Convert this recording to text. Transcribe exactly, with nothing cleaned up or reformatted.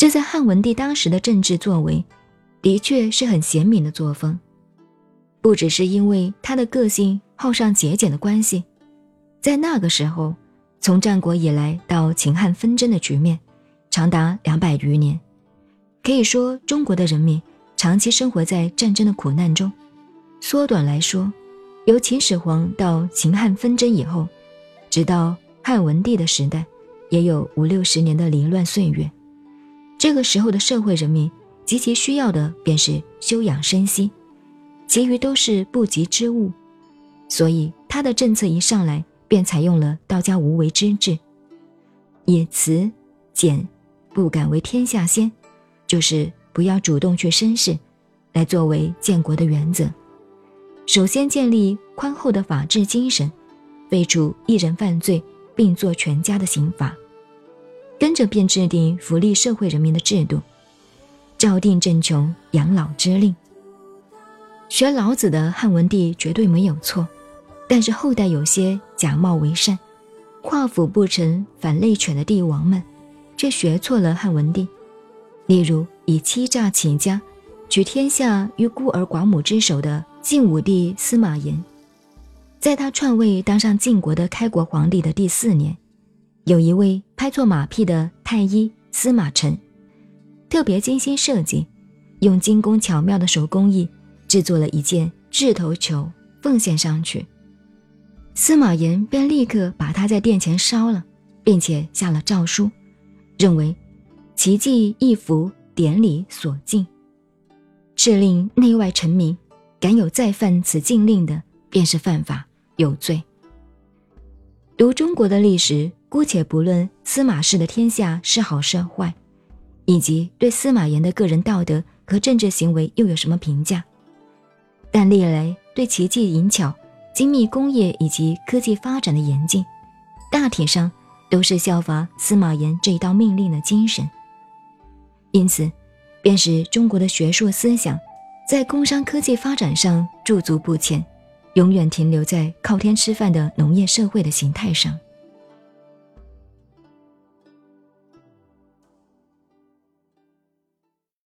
这在汉文帝当时的政治作为的确是很贤明的作风，不只是因为他的个性好上节俭的关系，在那个时候，从战国以来到秦汉纷争的局面长达两百余年，可以说中国的人民长期生活在战争的苦难中。缩短来说，由秦始皇到秦汉纷争以后，直到汉文帝的时代，也有五六十年的离乱岁月。这个时候的社会人民极其需要的便是休养生息，其余都是不及之物，所以他的政策一上来便采用了道家无为之治，以慈俭不敢为天下先，就是不要主动去生事，来作为建国的原则。首先建立宽厚的法治精神，废除一人犯罪并做全家的刑罚，跟着便制定福利社会人民的制度，诏定正穷养老之令。学老子的汉文帝绝对没有错，但是后代有些假冒为善，跨府不成反类犬的帝王们却学错了汉文帝，例如以欺诈起家，取天下于孤儿寡母之手的晋武帝司马炎。在他篡位当上晋国的开国皇帝的第四年，有一位拍错马屁的太医司马承，特别精心设计，用精工巧妙的手工艺制作了一件掷头球奉献上去。司马炎便立刻把它在殿前烧了，并且下了诏书，认为其迹一服典礼所禁，敕令内外臣民，敢有再犯此禁令的，便是犯法有罪。读中国的历史，姑且不论司马氏的天下是好是坏，以及对司马炎的个人道德和政治行为又有什么评价，但历来对奇技淫巧、精密工业以及科技发展的严禁，大体上都是效法司马炎这一道命令的精神。因此便使中国的学术思想在工商科技发展上驻足不前，永远停留在靠天吃饭的农业社会的形态上。